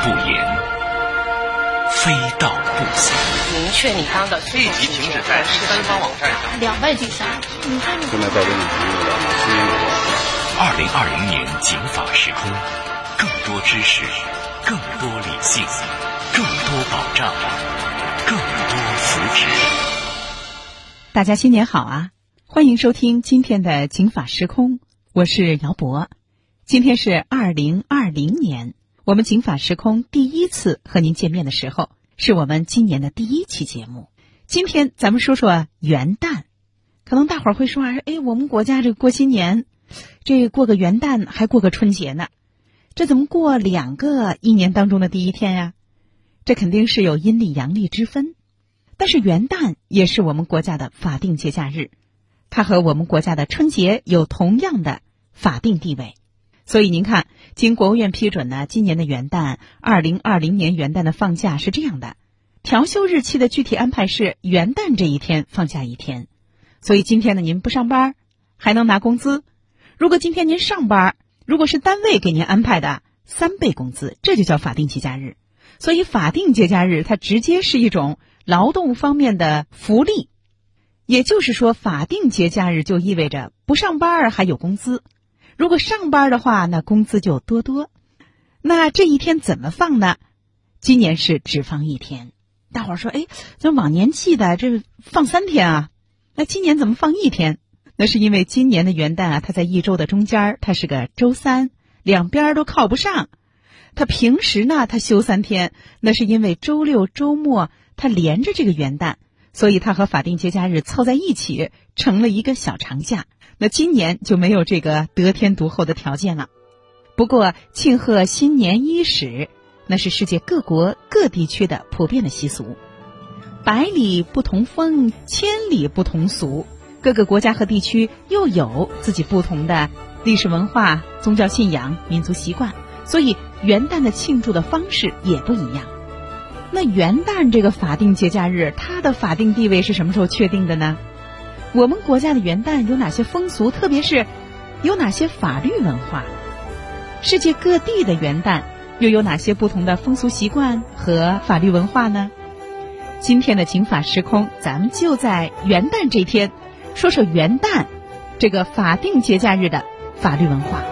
不言，非道不行。 明确你方的立即停止在第三方网站上 2倍举杀。 现在到这里停留了10年多。2020年警法时空，更多知识，更多理性，更多保障，更多福祉。 大家新年好啊！欢迎收听今天的警法时空，我是姚博。今天是2020年，我们警法时空第一次和您见面的时候，是我们今年的第1期节目。今天咱们说说元旦。可能大伙儿会说我们国家这过新年，这过个元旦还过个春节呢，这怎么过2个一年当中的第一天呀？这肯定是有阴历阳历之分。但是元旦也是我们国家的法定节假日，它和我们国家的春节有同样的法定地位。所以您看，经国务院批准呢，今年的元旦2020年元旦的放假是这样的，调休日期的具体安排是元旦这一天放假1天。所以今天呢，您不上班还能拿工资。如果今天您上班，如果是单位给您安排的3倍工资，这就叫法定节假日。所以法定节假日它直接是一种劳动方面的福利。也就是说，法定节假日就意味着不上班还有工资，如果上班的话，那工资就多。那这一天怎么放呢？今年是只放1天。大伙儿说这往年记得这放3天啊，那今年怎么放1天？那是因为今年的元旦它在1周的中间，它是个周3，两边都靠不上。它平时呢它休3天，那是因为周6周末它连着这个元旦，所以它和法定节假日凑在一起成了一个小长假。那今年就没有这个得天独厚的条件了。不过庆贺新年伊始，那是世界各国各地区的普遍的习俗。百里不同风，千里不同俗，各个国家和地区又有自己不同的历史文化、宗教信仰、民族习惯，所以元旦的庆祝的方式也不一样。那元旦这个法定节假日，它的法定地位是什么时候确定的呢？我们国家的元旦有哪些风俗，特别是有哪些法律文化？世界各地的元旦又有哪些不同的风俗习惯和法律文化呢？今天的警法时空，咱们就在元旦这天说说元旦这个法定节假日的法律文化。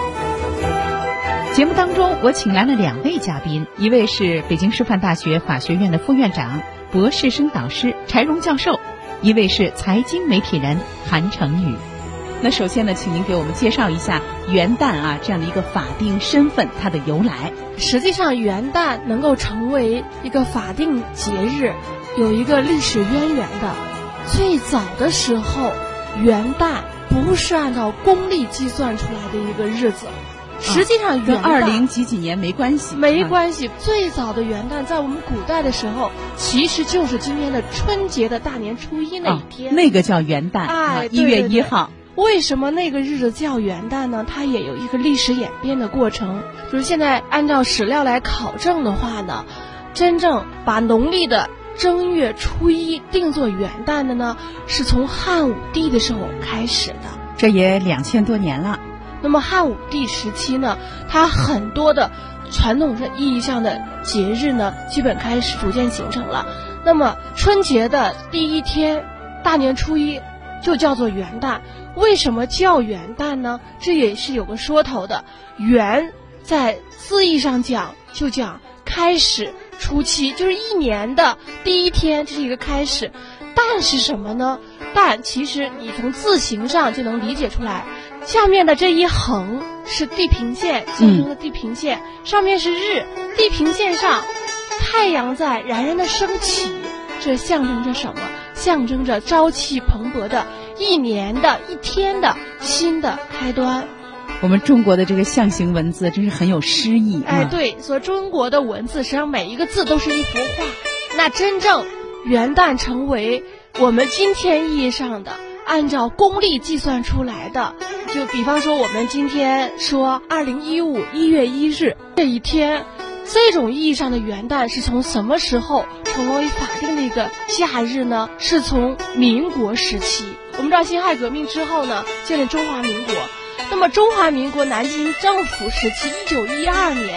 节目当中我请来了2位嘉宾，一位是北京师范大学法学院的副院长、博士生导师柴荣教授，一位是财经媒体人韩成宇。那首先呢，请您给我们介绍一下元旦这样的一个法定身份，它的由来。 实际上元旦能够成为一个法定节日，有一个历史渊源的。最早的时候，元旦不是按照公历计算出来的一个日子，实际上元旦跟20几年没关系。 没关系。最早的元旦在我们古代的时候，其实就是今年的春节的大年初一那一天， 那个叫元旦，1月1号。 为什么那个日子叫元旦呢？它也有一个历史演变的过程。就是现在按照史料来考证的话呢，真正把农历的正月初一定做元旦的呢，是从汉武帝的时候开始的， 这也2000多年了。 那么汉武帝时期呢，它很多的传统意义上的节日呢，基本开始逐渐形成了。那么春节的第1天，大年初一就叫做元旦。为什么叫元旦呢？这也是有个说头的。元在字义上讲，就讲开始、初期，就是1年的第1天，这是一个开始。旦是什么呢？旦其实你从字形上就能理解出来，下面的这一横是地平线，象征的地平线，上面是日，地平线上太阳在冉冉的升起，这象征着什么？象征着朝气蓬勃的1年的1天的新的开端。 我们中国的这个象形文字真是很有诗意。 对，所以中国的文字实际上每一个字都是一幅画。那真正元旦成为我们今天意义上的按照公历计算出来的，就比方说我们今天说2015 1月1日这一天，这种意义上的元旦是从什么时候成为法定的一个假日呢？是从民国时期。我们知道辛亥革命之后呢，建立中华民国。那么中华民国南京政府时期1912年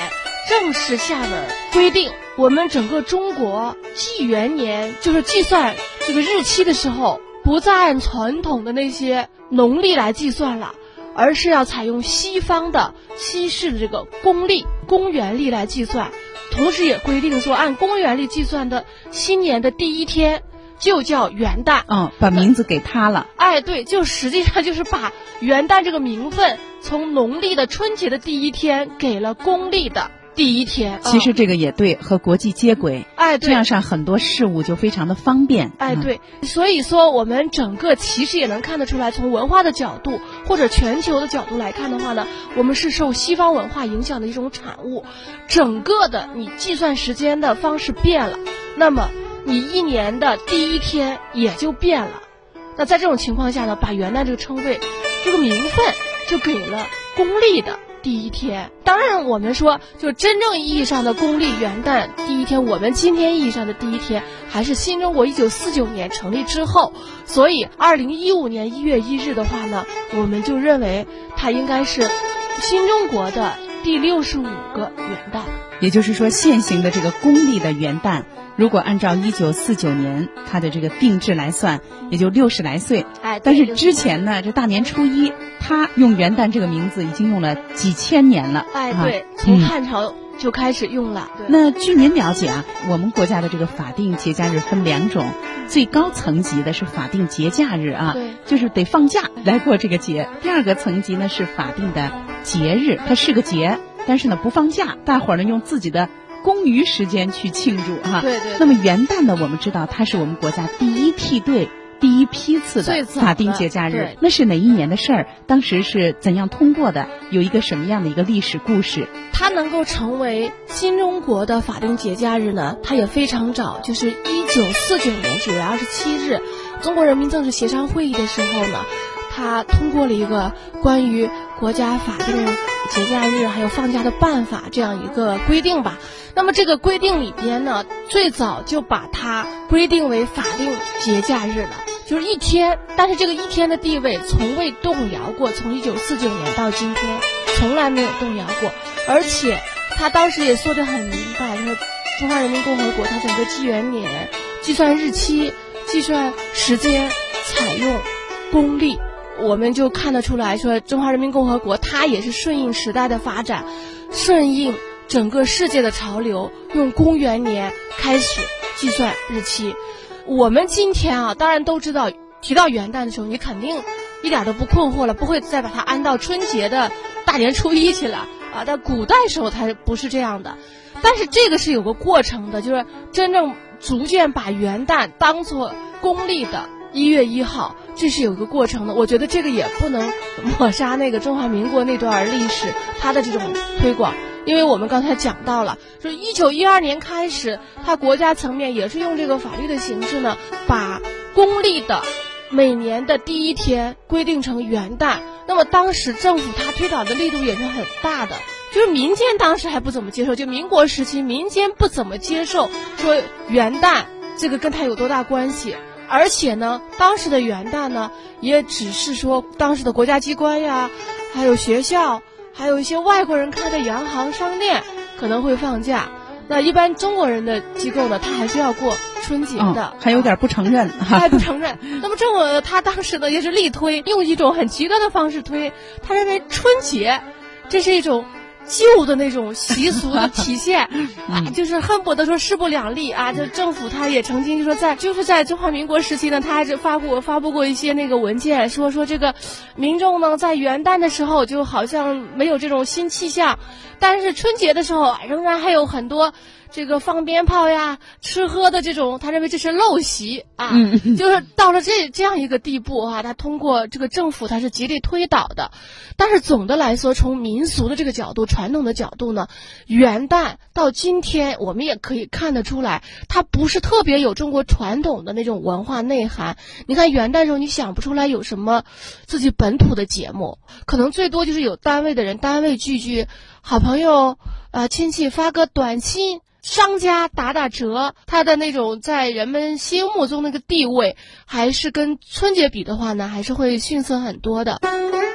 正式下了规定，我们整个中国纪元年就是计算这个日期的时候，不再按传统的那些农历来计算了，而是要采用西方的西式的这个公历、公元历来计算。同时也规定说，按公元历计算的新年的第一天就叫元旦。 把名字给他了。 对，就实际上就是把元旦这个名分从农历的春节的第一天给了公历的第一天。 其实这个也对，和国际接轨。 对， 这样上很多事物就非常的方便。 对，所以说我们整个其实也能看得出来，从文化的角度或者全球的角度来看的话呢，我们是受西方文化影响的一种产物。整个的你计算时间的方式变了，那么你一年的第一天也就变了。那在这种情况下呢，把元旦这个称谓、这个名分就给了公历的第一天。当然我们说就真正意义上的公历元旦第一天，我们今天意义上的第一天还是新中国1949年成立之后，所以2015年1月1日的话呢，我们就认为它应该是新中国的第65个元旦。 也就是说，现行的这个公历的元旦，如果按照1949年它的这个定制来算，也就60来岁。但是之前呢，这大年初一，他用元旦这个名字已经用了几千年了。 对，从汉朝就开始用了。 那据您了解啊，我们国家的这个法定节假日分2种，最高层级的是法定节假日就是得放假来过这个节。第2个层级呢是法定的节日，它是个节，但是呢不放假，大伙儿呢用自己的公余时间去庆祝对。 那么元旦呢，我们知道它是我们国家第一梯队、第一批次的法定节假日。那是哪一年的事儿？当时是怎样通过的？有一个什么样的一个历史故事？ 它能够成为新中国的法定节假日呢，它也非常早，就是1949年9月27日，中国人民政治协商会议的时候呢，它通过了一个关于国家法定节假日还有放假的办法这样一个规定吧。那么这个规定里边呢，最早就把它规定为法定节假日了，就是一天，但是这个一天的地位从未动摇过，从1949年到今天从来没有动摇过。而且他当时也说得很明白，说中华人民共和国它整个纪元年计算日期、计算时间采用公历。我们就看得出来说，中华人民共和国它也是顺应时代的发展，顺应整个世界的潮流，用公元年开始计算日期。我们今天当然都知道，提到元旦的时候，你肯定一点都不困惑了，不会再把它安到春节的大年初一去了但古代时候它不是这样的。但是这个是有个过程的，就是真正逐渐把元旦当作公历的1月1号，这是有个过程的。我觉得这个也不能抹杀那个中华民国那段历史它的这种推广。因为我们刚才讲到了，说1912年开始，它国家层面也是用这个法律的形式呢，把公历的每年的第一天规定成元旦。那么当时政府它推导的力度也是很大的，就是民间当时还不怎么接受，就民国时期民间不怎么接受说元旦这个跟它有多大关系。而且呢，当时的元旦呢，也只是说当时的国家机关呀，还有学校，还有一些外国人开的洋行、商店可能会放假。那一般中国人的机构呢，他还是要过春节的， 还有点不承认， 还不承认。那么政府他当时呢也是力推，用一种很极端的方式推，他认为春节这是一种旧的那种习俗的体现就是恨不得说势不两立这政府他也曾经就说在中华民国时期呢，他还是发布过一些那个文件，说这个民众呢在元旦的时候就好像没有这种新气象，但是春节的时候仍然还有很多这个放鞭炮呀、吃喝的这种，他认为这是陋习就是到了这样一个地步他通过这个政府他是极力推导的。但是总的来说，从民俗的这个角度、传统的角度呢，元旦到今天我们也可以看得出来，它不是特别有中国传统的那种文化内涵。你看元旦的时候，你想不出来有什么自己本土的节目，可能最多就是有单位的人单位聚，好朋友亲戚发个短信，商家打折，他的那种在人们心目中那个地位，还是跟春节比的话呢，还是会逊色很多的。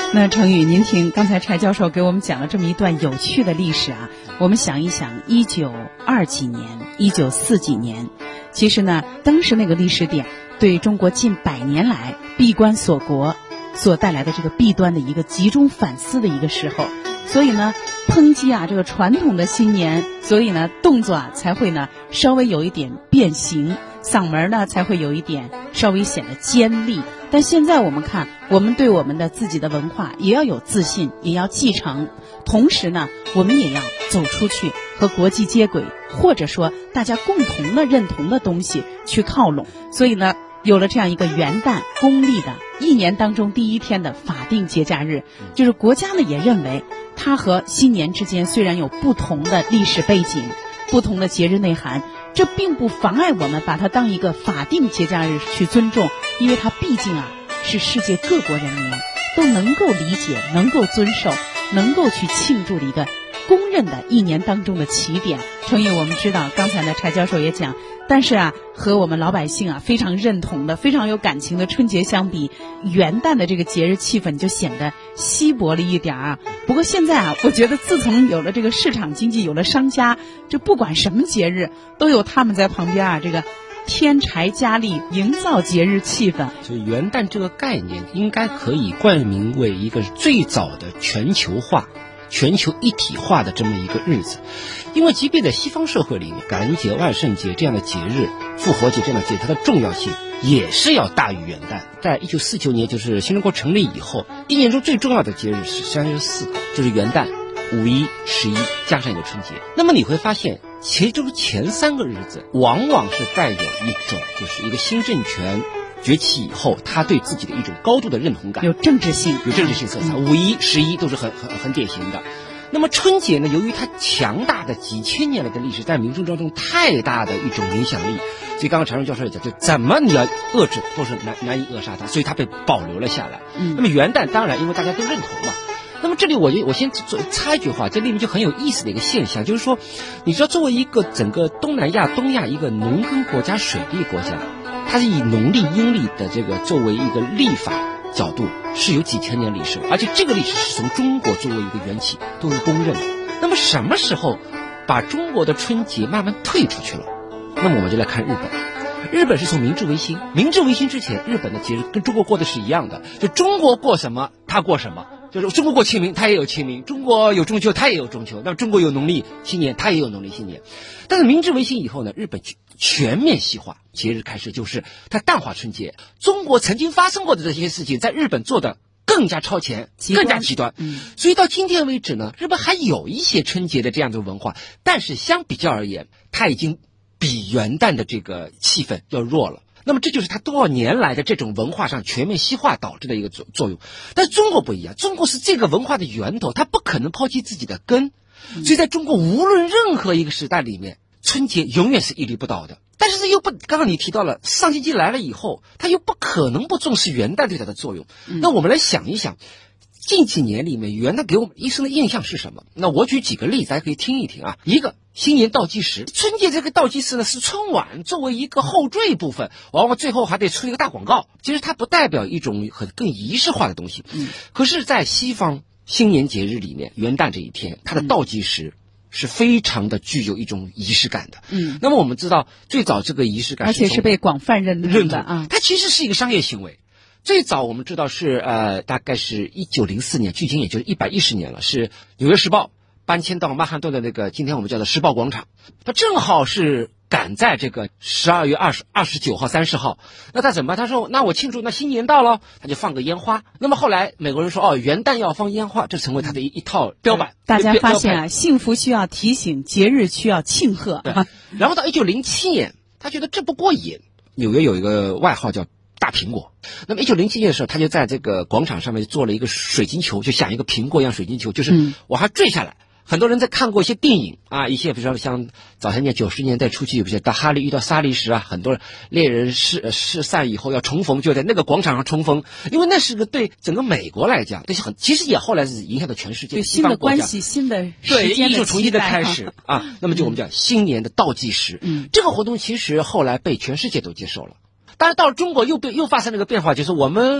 那程宇，您听刚才柴教授给我们讲了这么一段有趣的历史啊，我们想一想1920几年、1940几年，其实呢，当时那个历史点对中国近100年来闭关锁国所带来的这个弊端的一个集中反思的一个时候，所以呢，抨击啊这个传统的新年，所以呢动作啊才会呢稍微有一点变形，嗓门呢才会有一点稍微显得尖利。但现在我们看，我们对我们的自己的文化也要有自信，也要继承，同时呢，我们也要走出去和国际接轨，或者说大家共同的认同的东西去靠拢。所以呢，有了这样一个元旦公历的一年当中第一天的法定节假日，就是国家呢也认为它和新年之间虽然有不同的历史背景、不同的节日内涵，这并不妨碍我们把它当一个法定节假日去尊重，因为它毕竟啊是世界各国人民都能够理解、能够遵守、能够去庆祝的一个公认的一年当中的起点。程宇，我们知道刚才呢柴教授也讲，但是啊和我们老百姓啊非常认同的、非常有感情的春节相比，元旦的这个节日气氛就显得稀薄了一点啊。不过现在啊，我觉得自从有了这个市场经济，有了商家，这不管什么节日都有他们在旁边啊，这个添柴加力，营造节日气氛。 所以元旦这个概念应该可以冠名为一个最早的全球化、全球一体化的这么一个日子。因为即便在西方社会里面，感恩节、万圣节这样的节日、复活节这样的节日，它的重要性也是要大于元旦。在1949年，就是新中国成立以后，一年中最重要的节日实际上就是4个，就是元旦、5一、11加上一个春节。那么你会发现，其中前3个日子往往是带有一种就是一个新政权崛起以后，他对自己的一种高度的认同感， 有政治性色彩。5一、11都是很典型的。那么春节呢，由于它强大的几千年来的历史，在民众当中太大的一种影响力，所以刚刚常荣教授也讲，就怎么你要遏制或是难以扼杀它，所以它被保留了下来。那么元旦当然因为大家都认同嘛。那么这里我先插一句话，这里面就很有意思的一个现象，就是说，你知道作为一个整个东亚一个农耕国家、水利国家，它是以农历、阴历的这个作为一个历法角度是有几千年历史，而且这个历史是从中国作为一个缘起都是公认的。那么什么时候把中国的春节慢慢退出去了？那么我们就来看日本。日本是从明治维新之前，日本的节日跟中国过的是一样的，就中国过什么他过什么，就是中国过清明他也有清明，中国有中秋他也有中秋，那么中国有农历新年他也有农历新年。但是明治维新以后呢，日本全面西化，节日开始就是它淡化春节。中国曾经发生过的这些事情，在日本做的更加超前，更加极端。所以到今天为止呢，日本还有一些春节的这样的文化，但是相比较而言，它已经比元旦的这个气氛要弱了。那么这就是它多少年来的这种文化上全面西化导致的一个作用。但是中国不一样，中国是这个文化的源头，它不可能抛弃自己的根。所以在中国无论任何一个时代里面，春节永远是屹立不倒的。但是又不，刚刚你提到了上星期来了以后，它又不可能不重视元旦对它的作用。那我们来想一想，近几年里面元旦给我们一生的印象是什么？那我举几个例子，大家可以听一听啊。一个新年倒计时，春节这个倒计时呢是春晚作为一个后缀部分，往往最后还得出一个大广告。其实它不代表一种更仪式化的东西。可是在西方新年节日里面，元旦这一天它的倒计时是非常的具有一种仪式感的。那么我们知道最早这个仪式感而且是被广泛认同的啊， 它其实是一个商业行为。最早我们知道是大概是1904年，距今也就是110年了，是纽约时报搬迁到曼哈顿的那个今天我们叫做时报广场，它正好是赶在这个12月29号、30号。那他怎么办？他说那我庆祝，那新年到了，他就放个烟花。那么后来美国人说元旦要放烟花，这成为他的一套标板。 大家发现啊，幸福需要提醒，节日需要庆贺。 然后到1907年，他觉得这不过瘾，纽约有一个外号叫大苹果。那么1907年的时候，他就在这个广场上面做了一个水晶球，就像一个苹果一样水晶球，就是往下坠下来。很多人在看过一些电影啊，一些比如说像早些年90年代初期，有些到哈利遇到萨利时啊，很多恋人失散以后要重逢，就在那个广场上重逢，因为那是个对整个美国来讲，这是其实也后来是影响到全世界， 对新的关系、新的时间的艺术重新的开始啊。那么就我们讲新年的倒计时，这个活动其实后来被全世界都接受了。当然到了中国又发生了一个变化，就是我们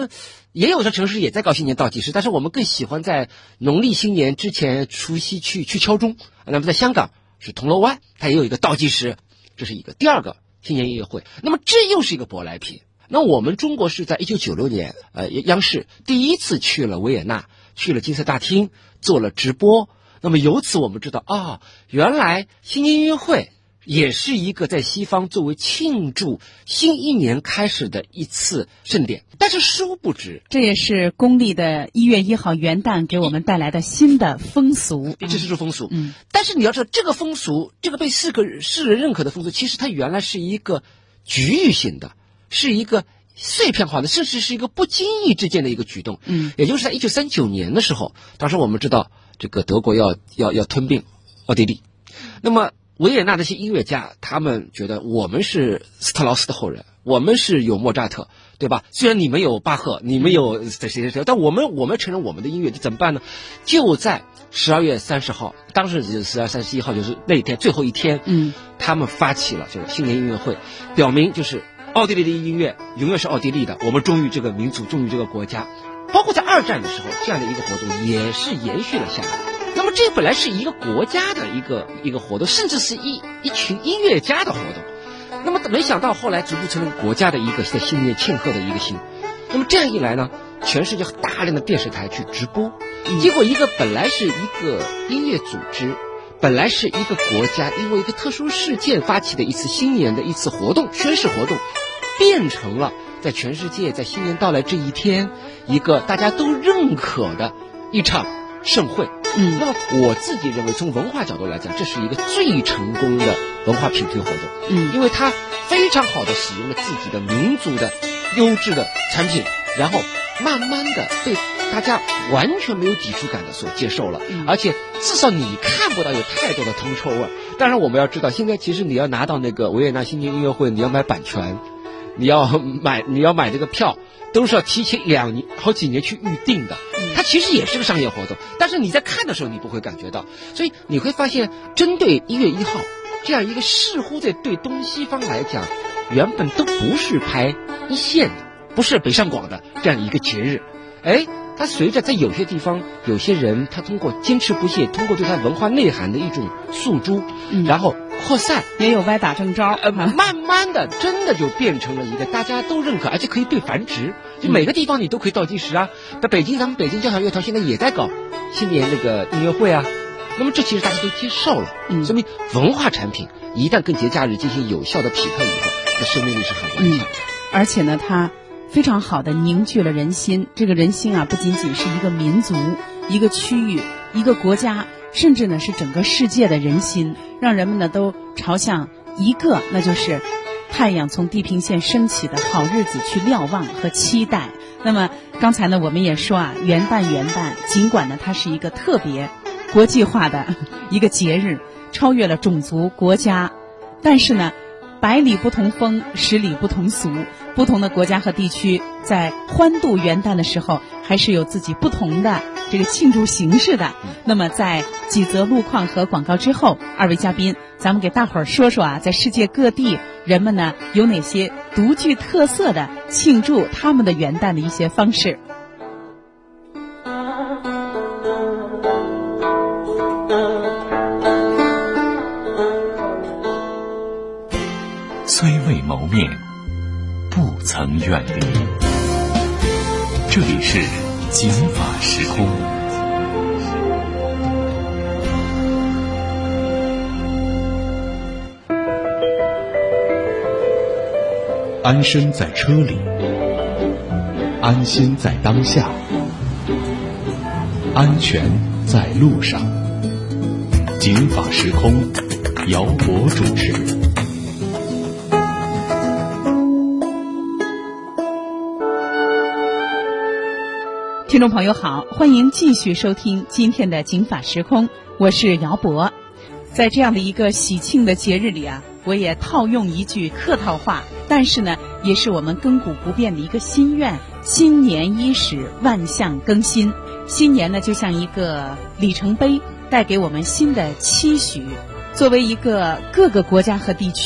也有的城市也在搞新年倒计时，但是我们更喜欢在农历新年之前除夕去敲钟。那么在香港是铜锣湾，它也有一个倒计时，这是一个。第二个新年音乐会，那么这又是一个舶来品。那我们中国是在1996年，央视第一次去了维也纳，去了金色大厅做了直播。那么由此我们知道原来新年音乐会也是一个在西方作为庆祝新一年开始的一次盛典。但是殊不知， 这也是公历的1月1号元旦给我们带来的新的风俗。 这是风俗。但是你要知道，这个风俗，这个被世人认可的风俗，其实它原来是一个局域性的，是一个碎片化的，甚至是一个不经意之间的一个举动。也就是在1939年的时候，当时我们知道这个德国要吞并奥地利，那么维也纳的一些音乐家，他们觉得我们是斯特劳斯的后人，我们是有莫扎特，对吧？虽然你们有巴赫，你们有谁，但我们承认我们的音乐，怎么办呢？就在12月30号，当时就是12月31号，就是那一天最后一天，他们发起了这个新年音乐会，表明就是奥地利的音乐永远是奥地利的，我们忠于这个民族，忠于这个国家。包括在2战的时候，这样的一个活动也是延续了下来。那么这本来是一个国家的一个活动，甚至是一群音乐家的活动。那么没想到后来逐步成为国家的一个在新年庆贺的一个新。那么这样一来呢，全世界大量的电视台去直播，结果一个本来是一个音乐组织，本来是一个国家因为一个特殊事件发起的一次新年的一次活动，宣誓活动，变成了在全世界在新年到来这一天一个大家都认可的一场盛会。那么我自己认为，从文化角度来讲，这是一个最成功的文化品推活动。因为它非常好的使用了自己的民族的优质的产品，然后慢慢的被大家完全没有抵触感的所接受了，而且至少你看不到有太多的铜臭味。当然我们要知道，现在其实你要拿到那个维也纳新年音乐会，你要买版权，你要买这个票，都是要提前好几年去预定的。它其实也是个商业活动，但是你在看的时候你不会感觉到。所以你会发现，针对1月1号这样一个似乎在对东西方来讲原本都不是排一线的，不是北上广的这样一个节日，它随着在有些地方有些人他通过坚持不懈，通过对它文化内涵的一种诉诸，然后扩散， 也有歪打正着， 慢慢的真的就变成了一个大家都认可，而且可以被繁殖，就每个地方你都可以倒计时啊。在北京，咱们北京交响乐团现在也在搞新年那个音乐会啊。那么这其实大家都接受了，说明文化产品一旦跟节假日进行有效的匹配以后，它生命力是很顽强的。 而且呢，它非常好的凝聚了人心。这个人心啊，不仅仅是一个民族、一个区域、一个国家，甚至呢是整个世界的人心，让人们呢都朝向一个，那就是太阳从地平线升起的好日子去瞭望和期待。那么刚才呢我们也说啊，元旦，尽管呢它是一个特别国际化的一个节日，超越了种族国家，但是呢百里不同风，十里不同俗，不同的国家和地区在欢度元旦的时候，还是有自己不同的这个庆祝形式的。那么在几则路况和广告之后，二位嘉宾，咱们给大伙儿说说啊，在世界各地人们呢有哪些独具特色的庆祝他们的元旦的一些方式。 虽未谋面，不曾远离。这里是金法时空。 安身在车里，安心在当下，安全在路上。金法时空，姚博主持。 听众朋友好，欢迎继续收听今天的警法时空，我是姚博。在这样的一个喜庆的节日里啊，我也套用一句客套话，但是呢也是我们亘古不变的一个心愿，新年伊始，万象更新。新年呢就像一个里程碑，带给我们新的期许。作为一个各个国家和地区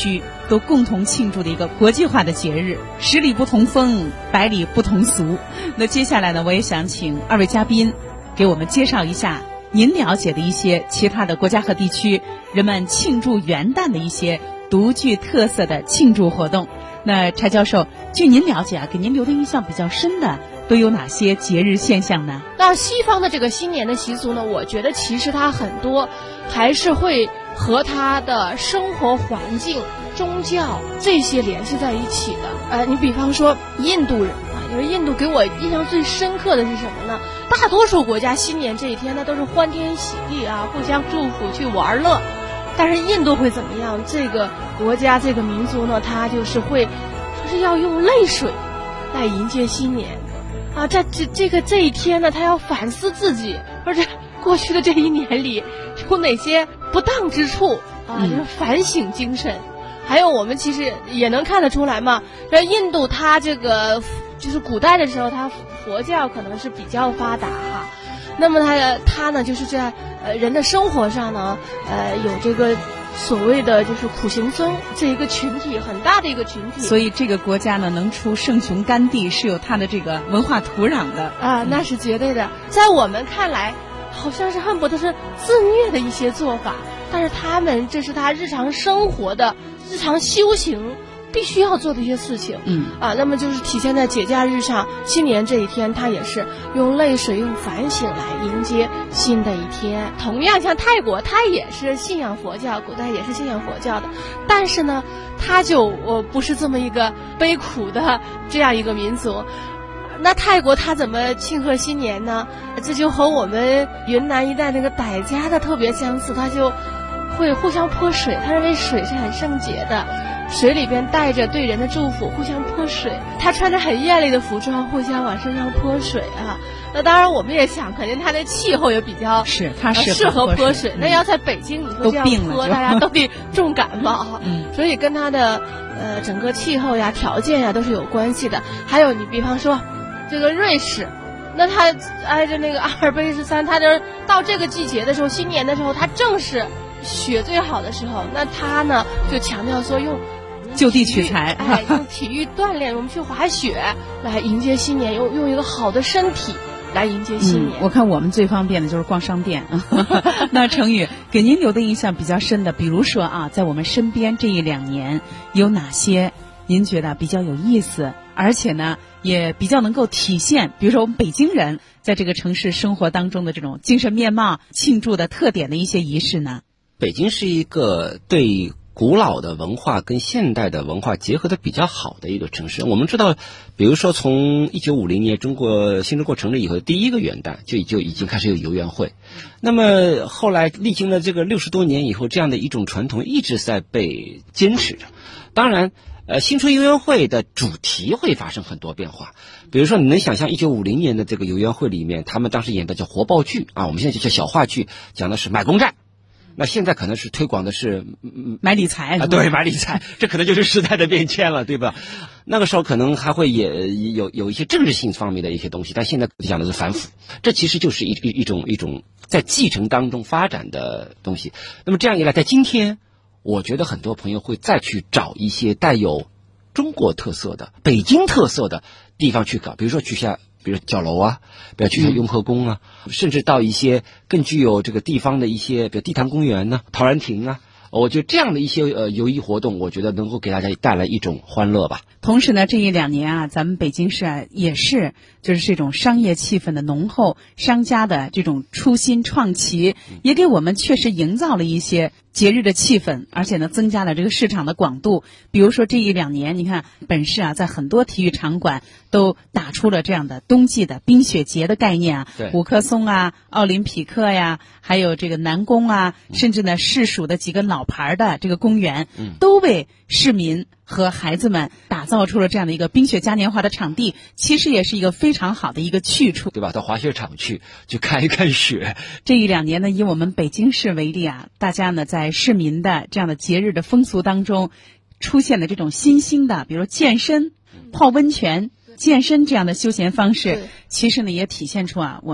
都共同庆祝的一个国际化的节日，十里不同风，百里不同俗。那接下来呢，我也想请二位嘉宾给我们介绍一下您了解的一些其他的国家和地区人们庆祝元旦的一些独具特色的庆祝活动。那柴教授，据您了解啊，给您留的印象比较深的都有哪些节日现象呢？ 那西方的这个新年的习俗呢，我觉得其实它很多还是会和他的生活环境、宗教这些联系在一起的。你比方说印度人啊，就是印度给我印象最深刻的是什么呢？大多数国家新年这一天呢都是欢天喜地啊，互相祝福去玩乐。但是印度会怎么样？这个国家这个民族呢，他就是会，就是要用泪水来迎接新年啊。这一天呢，他要反思自己，或者过去的这一年里有哪些不当之处啊，就是反省精神。还有我们其实也能看得出来嘛，这印度它这个就是古代的时候，它佛教可能是比较发达哈。那么它呢，就是在人的生活上呢，有这个所谓的就是苦行僧这一个群体，很大的一个群体。 所以这个国家呢，能出圣雄甘地是有它的这个文化土壤的啊，那是绝对的。在我们看来，好像是恨不得是自虐的一些做法，但是他们这是他日常生活的日常修行必须要做的一些事情。那么就是体现在节假日上，新年这一天，他也是用泪水、用反省来迎接新的一天。同样像泰国，他也是信仰佛教，古代也是信仰佛教的，但是呢，他就不是这么一个悲苦的这样一个民族。那泰国他怎么庆贺新年呢？这就和我们云南一带那个傣家的特别相似，他就会互相泼水，他认为水是很圣洁的，水里边带着对人的祝福，互相泼水。他穿着很艳丽的服装，互相往身上泼水啊。那当然我们也想，肯定他的气候也比较他适合泼水。那要在北京，你说这样泼，大家都得重感冒。所以跟他的整个气候呀、条件呀都是有关系的。还有你比方说这个瑞士，那他挨着那个阿尔卑斯山，他就是到这个季节的时候，新年的时候，他正是雪最好的时候。那他呢就强调说用就地取材， 用体育锻炼，我们去滑雪来迎接新年，用一个好的身体来迎接新年。 我看我们最方便的就是逛商店。那程宇给您留的印象比较深的，比如说啊，在我们身边这1-2年有哪些您觉得比较有意思，而且呢也比较能够体现，比如说我们北京人在这个城市生活当中的这种精神面貌、庆祝的特点的一些仪式呢？ 北京是一个对古老的文化跟现代的文化结合的比较好的一个城市。我们知道，比如说从1950年中国新中国成立以后，第一个元旦就已经开始有游园会。那么后来历经了这个60多年以后，这样的一种传统一直在被坚持着。当然新春游园会的主题会发生很多变化。比如说你能想象1950年的这个游园会里面，他们当时演的叫活报剧啊，我们现在就叫小话剧，讲的是买公债。那现在可能是推广的是买理财啊，对，买理财，这可能就是时代的变迁了，对吧？那个时候可能还会也有一些政治性方面的一些东西，但现在讲的是反腐，这其实就是一种在继承当中发展的东西。那么这样一来，在今天，我觉得很多朋友会再去找一些带有中国特色的、北京特色的地方去搞，比如说比如角楼啊，比如去下雍和宫啊，甚至到一些更具有这个地方的一些，比如地坛公园呐、陶然亭啊，我觉得这样的一些游艺活动，我觉得能够给大家带来一种欢乐吧。 同时呢，这1-2年啊，咱们北京市啊也是就是这种商业气氛的浓厚，商家的这种出新创奇，也给我们确实营造了一些节日的气氛，而且呢增加了这个市场的广度。比如说这1-2年，你看本市啊在很多体育场馆都打出了这样的冬季的冰雪节的概念啊，五棵松啊、奥林匹克呀，还有这个南宫啊，甚至呢市属的几个老牌的这个公园，都为市民和孩子们打造出了这样的一个冰雪嘉年华的场地，其实也是一个非常好的一个去处， 对吧？到滑雪场去看一看雪。 这1-2年呢，以我们北京市为例啊，大家呢在市民的这样的节日的风俗当中，出现的这种新兴的，比如健身、泡温泉、健身这样的休闲方式，其实呢也体现出啊我们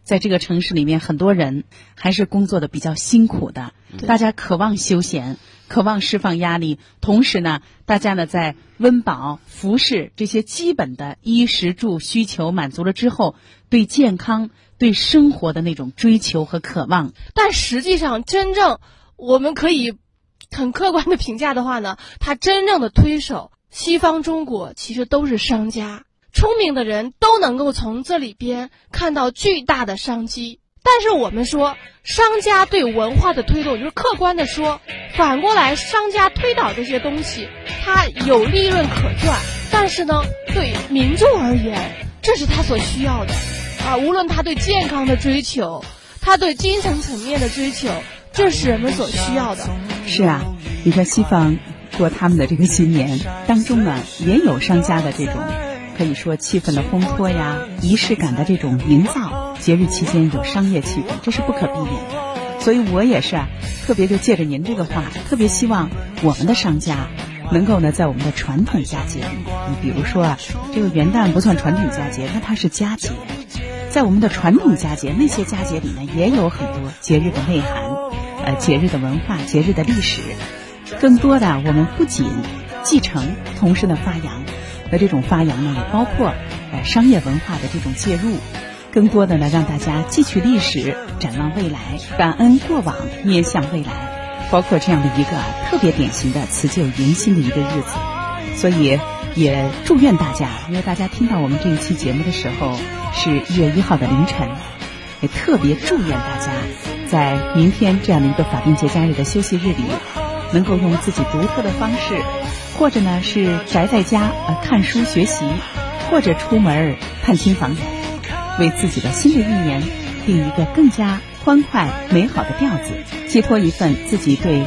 在这个城市里面，很多人还是工作的比较辛苦的，大家渴望休闲，渴望释放压力，同时呢，大家呢在温饱、服饰这些基本的衣食住需求满足了之后，对健康、对生活的那种追求和渴望。 但实际上，真正我们可以很客观的评价的话呢，他真正的推手西方中国其实都是商家，聪明的人都能够从这里边看到巨大的商机。但是我们说商家对文化的推动，就是客观的说，反过来商家推导这些东西，它有利润可赚，但是呢，对民众而言，这是他所需要的啊。无论他对健康的追求，他对精神层面的追求，这是人们所需要的。 是啊，你说西方过他们的这个新年当中呢，也有商家的这种可以说气氛的烘托呀，仪式感的这种营造，节日期间有商业气氛，这是不可避免的。所以我也是特别就借着您这个话，特别希望我们的商家能够呢，在我们的传统佳节里，你比如说这个元旦不算传统佳节，但它是佳节，在我们的传统佳节那些佳节里呢，也有很多节日的内涵，节日的文化，节日的历史。更多的我们不仅继承，同时呢发扬。而这种发扬呢，也包括商业文化的这种介入，更多的呢让大家汲取历史，展望未来，感恩过往，面向未来，包括这样的一个特别典型的辞旧迎新的一个日子。所以也祝愿大家，因为大家听到我们这一期节目的时候是1月1号的凌晨，也特别祝愿大家在明天这样的一个法定节假日的休息日里，能够用自己独特的方式，或者呢是宅在家看书学习，或者出门探亲访友，为自己的新的一年定一个更加欢快美好的调子，寄托一份自己对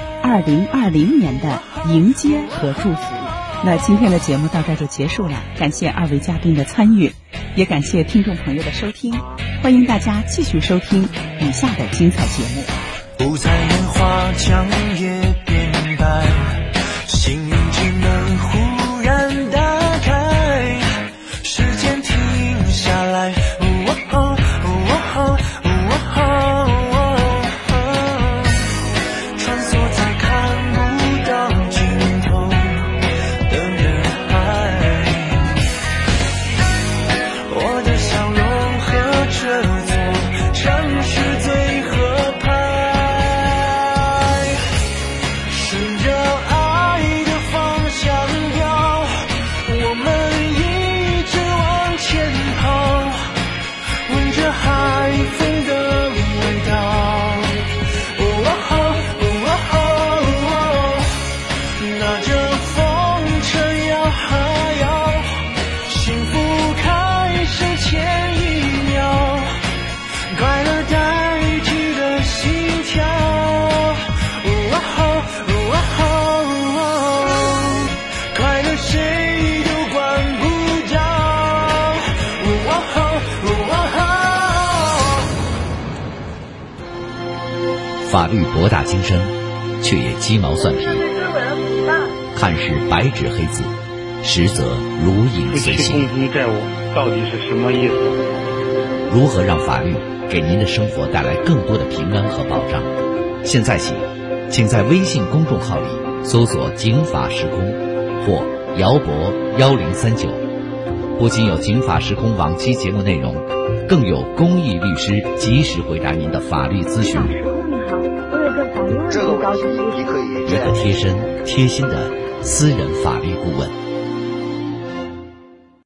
2020年的迎接和祝福。那今天的节目到这就结束了，感谢2位嘉宾的参与，也感谢听众朋友的收听，欢迎大家继续收听以下的精彩节目。 不再年华，将也变白，幸运之门忽然打开，时间停下来，穿梭在看不到尽头的人海，我的笑容和这座城市最合拍，顺着爱的方向飘，我们一直往前跑，闻着海风的味道，拿着风筝摇啊摇，幸福开始前一秒，快乐代替了心跳，快乐谁都管不着， 法律博大精深，却也鸡毛蒜皮，看似白纸黑字，实则如影随形。 共同债务到底是什么意思？ 如何让法律给您的生活带来更多的平安和保障？现在起，请在微信公众号里搜索“警法时空”或“姚博1039”，不仅有警法时空往期节目内容，更有公益律师及时回答您的法律咨询。 这个高级你可以一个贴身贴心的私人法律顾问。